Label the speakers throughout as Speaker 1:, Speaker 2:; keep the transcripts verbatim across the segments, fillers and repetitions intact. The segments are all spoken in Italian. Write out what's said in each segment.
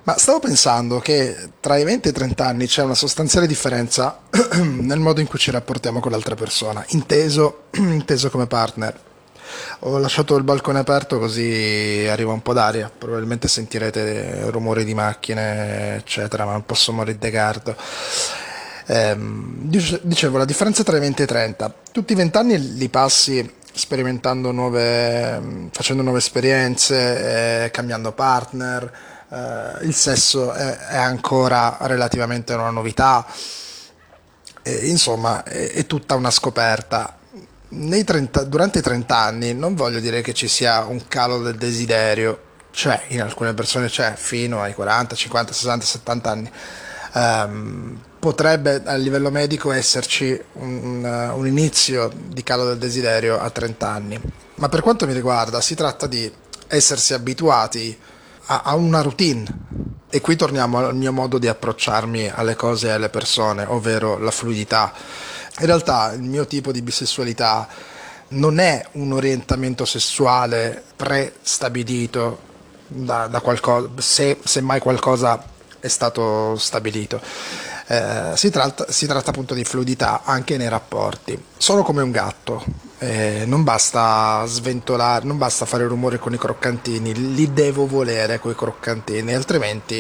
Speaker 1: Ma stavo pensando che tra i venti e i trenta anni c'è una sostanziale differenza nel modo in cui ci rapportiamo con l'altra persona, inteso, inteso come partner. Ho lasciato il balcone aperto così arriva un po' d'aria, probabilmente sentirete rumori di macchine, eccetera, ma non posso morire di caldo. Ehm, dice- dicevo, la differenza tra i venti e i trenta. Tutti i venti anni li passi sperimentando nuove, facendo nuove esperienze, eh, cambiando partner, eh, il sesso è, è ancora relativamente una novità, e, insomma è, è tutta una scoperta. Nei trenta durante i trenta anni non voglio dire che ci sia un calo del desiderio, cioè in alcune persone c'è fino ai quaranta, cinquanta, sessanta, settanta anni. Ehm, potrebbe a livello medico esserci un, un inizio di calo del desiderio a trenta anni, ma per quanto mi riguarda si tratta di essersi abituati a, a una routine. E qui torniamo al mio modo di approcciarmi alle cose e alle persone, ovvero la fluidità. In realtà il mio tipo di bisessualità non è un orientamento sessuale prestabilito da, da qualcosa, se, se mai qualcosa è stato stabilito. Eh, si tratta, si tratta appunto di fluidità anche nei rapporti. Sono come un gatto, eh, non basta sventolare, non basta fare rumore con i croccantini, li devo volere con i croccantini, altrimenti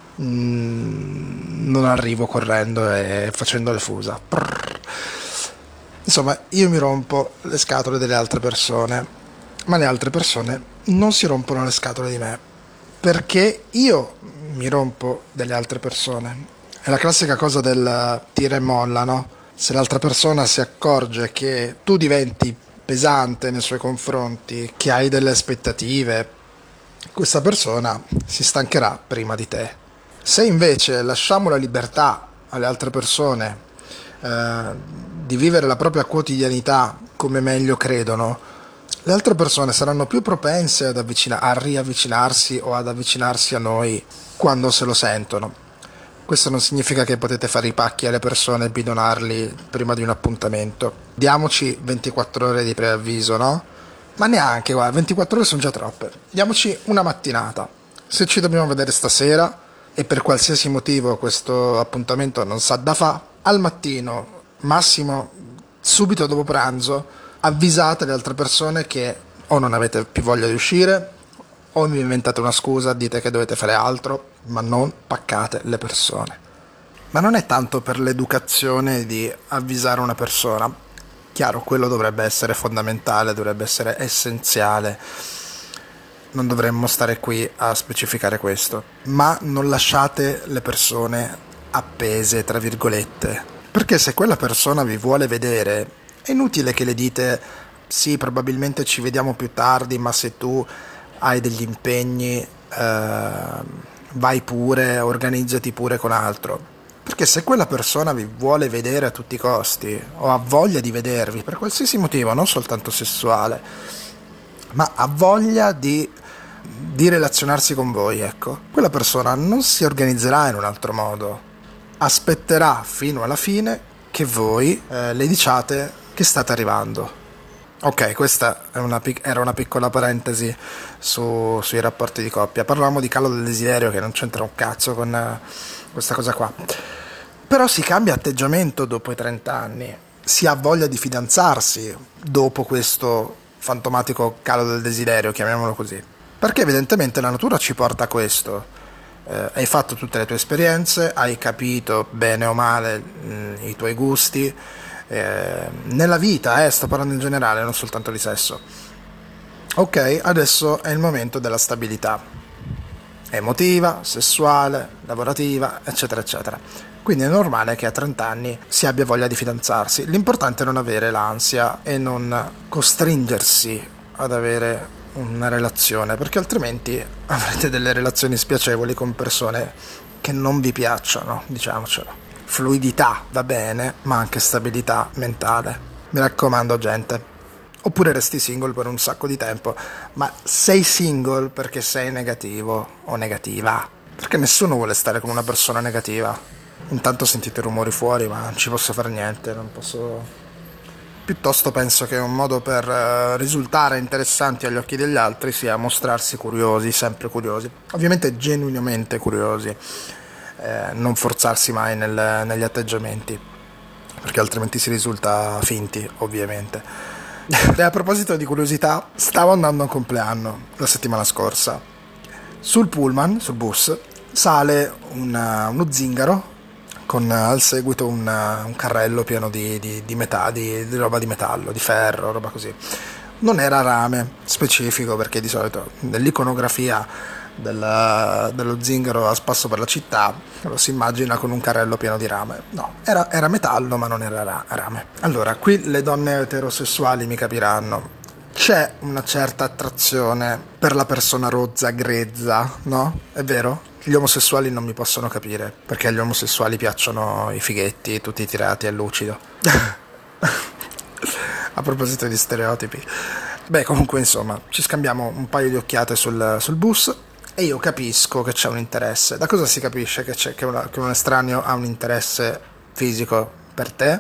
Speaker 1: mm, non arrivo correndo e facendo le fusa. Prrr. Insomma, io mi rompo le scatole delle altre persone, ma le altre persone non si rompono le scatole di me, perché io mi rompo delle altre persone. È la classica cosa del tira e molla, no? Se l'altra persona si accorge che tu diventi pesante nei suoi confronti, che hai delle aspettative, questa persona si stancherà prima di te. Se invece lasciamo la libertà alle altre persone eh, di vivere la propria quotidianità come meglio credono, le altre persone saranno più propense ad avvicina- a riavvicinarsi o ad avvicinarsi a noi quando se lo sentono. Questo non significa che potete fare i pacchi alle persone e bidonarli prima di un appuntamento. Diamoci ventiquattro ore di preavviso, no? Ma neanche, guarda, ventiquattro ore sono già troppe. Diamoci una mattinata. Se ci dobbiamo vedere stasera e per qualsiasi motivo questo appuntamento non sa da fa, al mattino, massimo subito dopo pranzo, avvisate le altre persone che o non avete più voglia di uscire o vi inventate una scusa, dite che dovete fare altro, ma non paccate le persone. Ma non è tanto per l'educazione di avvisare una persona. Chiaro, quello dovrebbe essere fondamentale, dovrebbe essere essenziale. Non dovremmo stare qui a specificare questo. Ma non lasciate le persone appese, tra virgolette. Perché se quella persona vi vuole vedere, è inutile che le dite sì, probabilmente ci vediamo più tardi, ma se tu hai degli impegni, eh, vai pure, organizzati pure con altro. Perché se quella persona vi vuole vedere a tutti i costi, o ha voglia di vedervi, per qualsiasi motivo, non soltanto sessuale, ma ha voglia di, di relazionarsi con voi, ecco, quella persona non si organizzerà in un altro modo. Aspetterà fino alla fine che voi eh, le diciate che state arrivando. Ok, questa è una pic- era una piccola parentesi su- sui rapporti di coppia. Parlavamo di calo del desiderio che non c'entra un cazzo con eh, questa cosa qua. Però si cambia atteggiamento dopo i trenta anni. Si ha voglia di fidanzarsi dopo questo fantomatico calo del desiderio, chiamiamolo così. Perché evidentemente la natura ci porta a questo. Eh, hai fatto tutte le tue esperienze, hai capito bene o male mh, i tuoi gusti, eh, nella vita, eh, sto parlando in generale, non soltanto di sesso. Ok, adesso è il momento della stabilità emotiva, sessuale, lavorativa, eccetera, eccetera. Quindi è normale che a trenta anni si abbia voglia di fidanzarsi. L'importante è non avere l'ansia e non costringersi ad avere una relazione, perché altrimenti avrete delle relazioni spiacevoli con persone che non vi piacciono, diciamocelo. Fluidità va bene, ma anche stabilità mentale. Mi raccomando, gente. Oppure resti single per un sacco di tempo, ma sei single perché sei negativo o negativa. Perché nessuno vuole stare con una persona negativa. Intanto sentite rumori fuori, ma non ci posso fare niente, non posso Piuttosto penso che un modo per eh, risultare interessanti agli occhi degli altri sia mostrarsi curiosi, sempre curiosi, ovviamente genuinamente curiosi, eh, non forzarsi mai nel- negli atteggiamenti, perché altrimenti si risulta finti, ovviamente. E a proposito di curiosità, stavo andando a un compleanno la settimana scorsa. Sul pullman, sul bus, sale una- uno zingaro con eh, al seguito un, eh, un carrello pieno di, di, di, meta- di, di roba di metallo, di ferro, roba così. Non era rame specifico, perché di solito nell'iconografia del- dello zingaro a spasso per la città lo si immagina con un carrello pieno di rame. No, era, era metallo, ma non era ra- rame. Allora, qui le donne eterosessuali mi capiranno. C'è una certa attrazione per la persona rozza, grezza, no? È vero? Gli omosessuali non mi possono capire, perché agli omosessuali piacciono i fighetti, tutti tirati a lucido. A proposito di stereotipi. Beh, comunque, insomma, ci scambiamo un paio di occhiate sul, sul bus e io capisco che c'è un interesse. Da cosa si capisce che, c'è, che, una- che un estraneo ha un interesse fisico per te?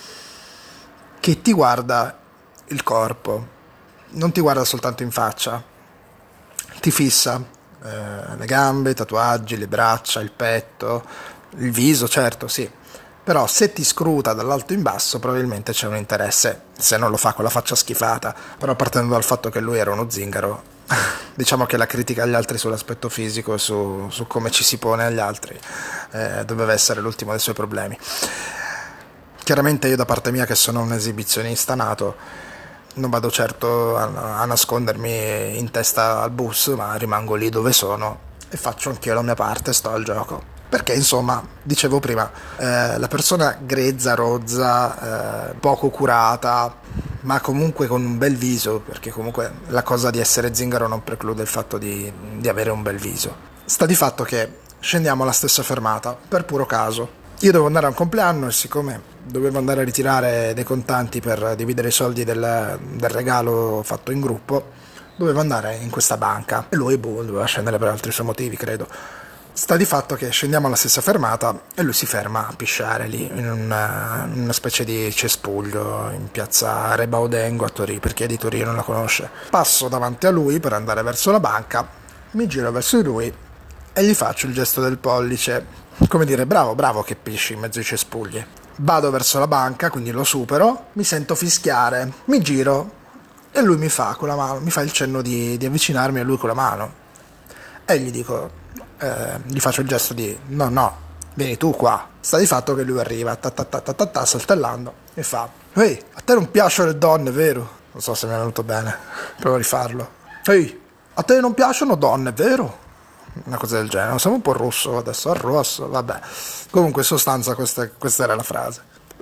Speaker 1: Che ti guarda il corpo, non ti guarda soltanto in faccia, ti fissa eh, le gambe, i tatuaggi, le braccia, il petto, il viso, certo, sì. Però se ti scruta dall'alto in basso probabilmente c'è un interesse, se non lo fa con la faccia schifata. Però partendo dal fatto che lui era uno zingaro, diciamo che la critica agli altri sull'aspetto fisico, su, su come ci si pone agli altri, eh, doveva essere l'ultimo dei suoi problemi. Chiaramente io da parte mia, che sono un esibizionista nato, non vado certo a, a nascondermi in testa al bus, ma rimango lì dove sono e faccio anch'io la mia parte, sto al gioco. Perché insomma, dicevo prima, eh, la persona grezza, rozza, eh, poco curata, ma comunque con un bel viso, perché comunque la cosa di essere zingaro non preclude il fatto di, di avere un bel viso. Sta di fatto che scendiamo alla stessa fermata, per puro caso. Io dovevo andare a un compleanno e siccome dovevo andare a ritirare dei contanti per dividere i soldi del, del regalo fatto in gruppo, dovevo andare in questa banca e lui boh, doveva scendere per altri suoi motivi, credo. Sta di fatto che scendiamo alla stessa fermata e lui si ferma a pisciare lì in una, in una specie di cespuglio in piazza Re Baudengo a Torino, per chi è di Torino non la conosce. Passo davanti a lui per andare verso la banca, mi giro verso di lui e gli faccio il gesto del pollice, come dire bravo, bravo che pisci in mezzo ai cespugli. Vado verso la banca, quindi lo supero, mi sento fischiare, mi giro e lui mi fa con la mano, mi fa il cenno di, di avvicinarmi a lui con la mano. E gli dico, eh, gli faccio il gesto di no, no, vieni tu qua. Sta di fatto che lui arriva, ta ta ta ta ta, ta saltellando, e fa, ehi, a te non piacciono le donne, vero? Non so se mi è venuto bene, provo a rifarlo. Ehi, a te non piacciono donne, vero? Una cosa del genere, non siamo un po' rosso adesso, al rosso, vabbè. Comunque in sostanza questa, questa era la frase.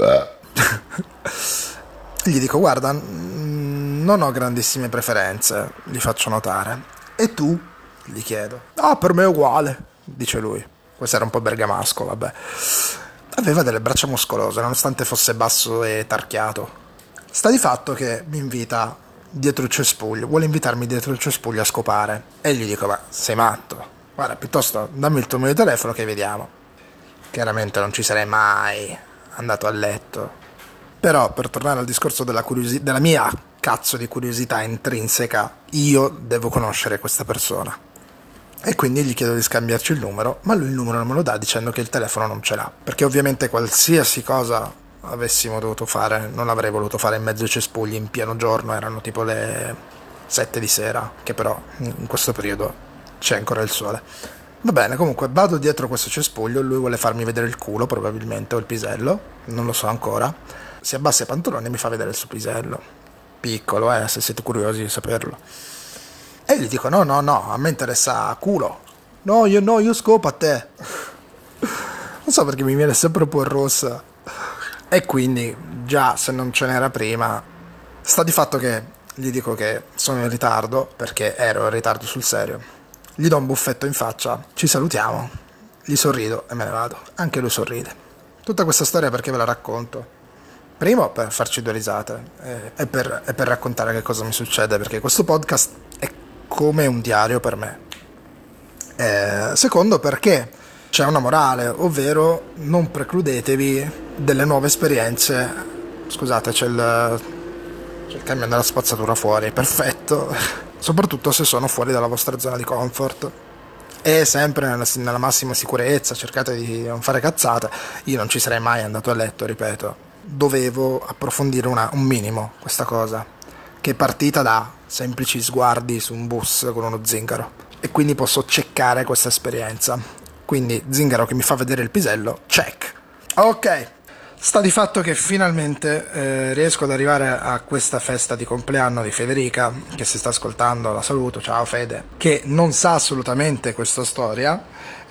Speaker 1: Gli dico, guarda, mm, non ho grandissime preferenze, gli faccio notare. E tu? Gli chiedo. Ah, per me è uguale, dice lui. Questo era un po' bergamasco, vabbè. Aveva delle braccia muscolose, nonostante fosse basso e tarchiato. Sta di fatto che mi invita dietro il cespuglio, vuole invitarmi dietro il cespuglio a scopare. E gli dico, ma sei matto? Guarda, piuttosto dammi il tuo numero di telefono che vediamo. Chiaramente non ci sarei mai andato a letto. Però, per tornare al discorso della, curiosi- della mia cazzo di curiosità intrinseca, io devo conoscere questa persona. E quindi gli chiedo di scambiarci il numero, ma lui il numero non me lo dà dicendo che il telefono non ce l'ha. Perché ovviamente qualsiasi cosa avessimo dovuto fare, non l'avrei voluto fare in mezzo ai cespugli in pieno giorno, erano tipo le sette di sera, che però in questo periodo c'è ancora il sole. Va bene, comunque vado dietro questo cespuglio, lui vuole farmi vedere il culo probabilmente, o il pisello, non lo so ancora. Si abbassa i pantaloni e mi fa vedere il suo pisello. Piccolo, eh, se siete curiosi di saperlo. E gli dico, no, no, no, a me interessa culo. No, io no, io scopo a te. Non so perché mi viene sempre un po' rossa. E quindi, già se non ce n'era prima, sta di fatto che gli dico che sono in ritardo, perché ero in ritardo sul serio. Gli do un buffetto in faccia, ci salutiamo, gli sorrido e me ne vado. Anche lui sorride. Tutta questa storia perché ve la racconto? Primo per farci due risate eh, e, per, e per raccontare che cosa mi succede, perché questo podcast è come un diario per me. Eh, secondo perché c'è una morale, ovvero non precludetevi delle nuove esperienze. Scusate, c'è il cioè cambiando la spazzatura fuori, perfetto, soprattutto se sono fuori dalla vostra zona di comfort. E sempre nella, nella massima sicurezza, cercate di non fare cazzate. Io non ci sarei mai andato a letto, ripeto. Dovevo approfondire una, un minimo questa cosa, che è partita da semplici sguardi su un bus con uno zingaro. E quindi posso checkare questa esperienza. Quindi zingaro che mi fa vedere il pisello, check. Ok. Sta di fatto che finalmente eh, riesco ad arrivare a questa festa di compleanno di Federica, che si sta ascoltando, la saluto, ciao Fede, che non sa assolutamente questa storia,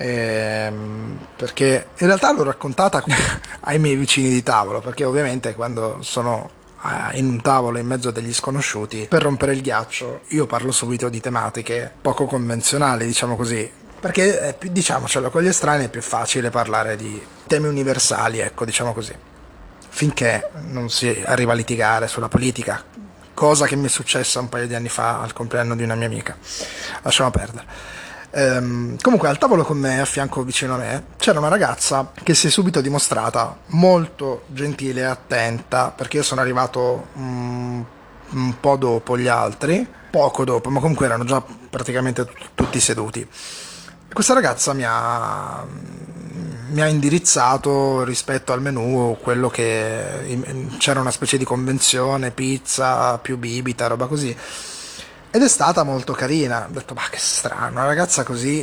Speaker 1: ehm, perché in realtà l'ho raccontata ai miei vicini di tavolo, perché ovviamente quando sono eh, in un tavolo in mezzo a degli sconosciuti, per rompere il ghiaccio, io parlo subito di tematiche poco convenzionali, diciamo così, perché è più, diciamocelo, con gli estranei è più facile parlare di temi universali, ecco, diciamo così, finché non si arriva a litigare sulla politica, cosa che mi è successa un paio di anni fa al compleanno di una mia amica. Lasciamo perdere. Ehm, comunque al tavolo con me, a fianco vicino a me, c'era una ragazza che si è subito dimostrata molto gentile e attenta, perché io sono arrivato um, un po' dopo gli altri, poco dopo, ma comunque erano già praticamente t- tutti seduti. Questa ragazza mi ha, mi ha indirizzato rispetto al menù, quello che c'era una specie di convenzione, pizza più bibita, roba così. Ed è stata molto carina. Ho detto, ma che strano, una ragazza così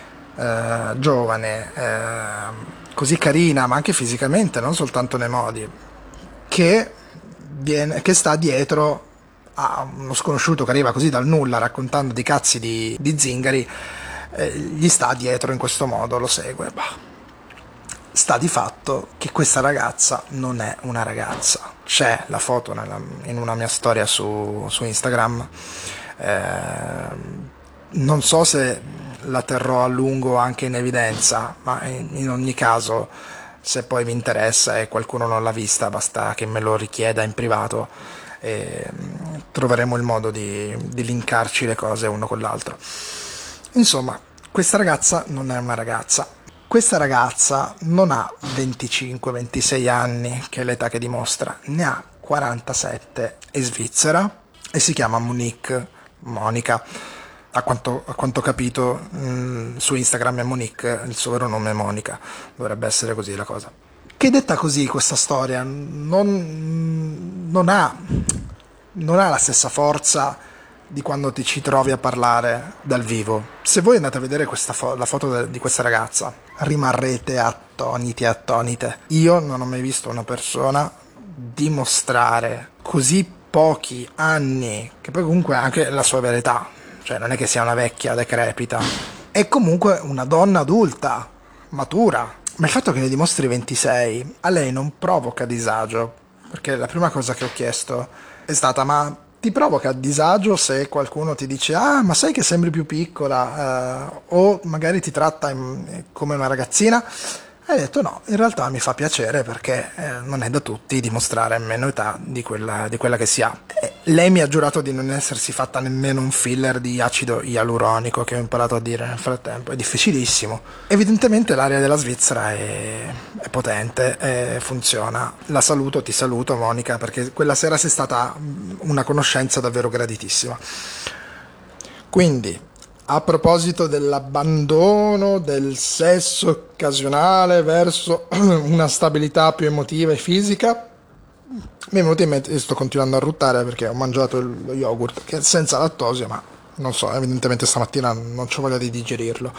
Speaker 1: eh, giovane, eh, così carina, ma anche fisicamente, non soltanto nei modi, che, viene, che sta dietro a uno sconosciuto che arriva così dal nulla raccontando di cazzi di, di zingari, eh, gli sta dietro in questo modo, lo segue. Bah. Sta di fatto che questa ragazza non è una ragazza. C'è la foto nella, in una mia storia su, su Instagram. Eh, non so se la terrò a lungo anche in evidenza, ma in, in ogni caso, se poi vi interessa e qualcuno non l'ha vista, basta che me lo richieda in privato e troveremo il modo di, di linkarci le cose uno con l'altro. Insomma, questa ragazza non è una ragazza. Questa ragazza non ha venticinque ventisei anni, che è l'età che dimostra, ne ha quarantasette, è svizzera e si chiama Monique, Monica. A quanto, a quanto ho capito mh, su Instagram è Monique, il suo vero nome è Monica, dovrebbe essere così la cosa. Che detta così questa storia non, non ha, non ha la stessa forza di quando ti ci trovi a parlare dal vivo. Se voi andate a vedere questa fo- la foto de- di questa ragazza, rimarrete attoniti e attonite. Io non ho mai visto una persona dimostrare così pochi anni, che poi comunque è anche la sua vera età, cioè non è che sia una vecchia decrepita, è comunque una donna adulta, matura. Ma il fatto che ne dimostri ventisei a lei non provoca disagio, perché la prima cosa che ho chiesto è stata: ma ti provoca disagio se qualcuno ti dice ah ma sai che sembri più piccola, eh, o magari ti tratta in, come una ragazzina? E hai detto no, in realtà mi fa piacere perché eh, non è da tutti dimostrare meno età di quella, di quella che si ha. E lei mi ha giurato di non essersi fatta nemmeno un filler di acido ialuronico, che ho imparato a dire nel frattempo, è difficilissimo. Evidentemente l'area della Svizzera è, è potente e funziona. La saluto, ti saluto Monica, perché quella sera sei stata una conoscenza davvero graditissima. Quindi, a proposito dell'abbandono del sesso occasionale verso una stabilità più emotiva e fisica, mi è venuto in mente, io sto continuando a ruttare perché ho mangiato lo yogurt, che è senza lattosio, ma non so, evidentemente stamattina non c'ho voglia di digerirlo.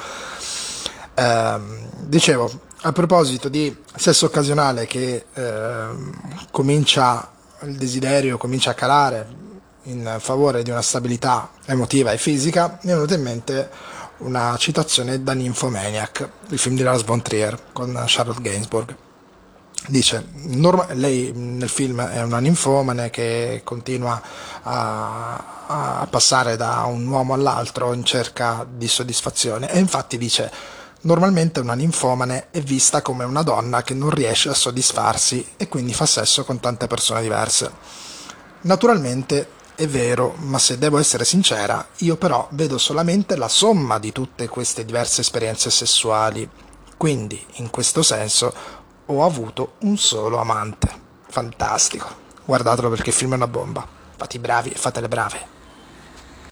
Speaker 1: Ehm, dicevo, a proposito di sesso occasionale che ehm, comincia, il desiderio comincia a calare in favore di una stabilità emotiva e fisica, mi è venuta in mente una citazione da Nymphomaniac, il film di Lars von Trier con Charlotte Gainsbourg. Dice, norma- lei nel film è una ninfomane che continua a, a passare da un uomo all'altro in cerca di soddisfazione, e infatti dice: normalmente una ninfomane è vista come una donna che non riesce a soddisfarsi e quindi fa sesso con tante persone diverse. Naturalmente è vero, ma se devo essere sincera, io però vedo solamente la somma di tutte queste diverse esperienze sessuali. Quindi, in questo senso, ho avuto un solo amante. Fantastico. Guardatelo perché il film è una bomba. fate i bravi e fate le brave.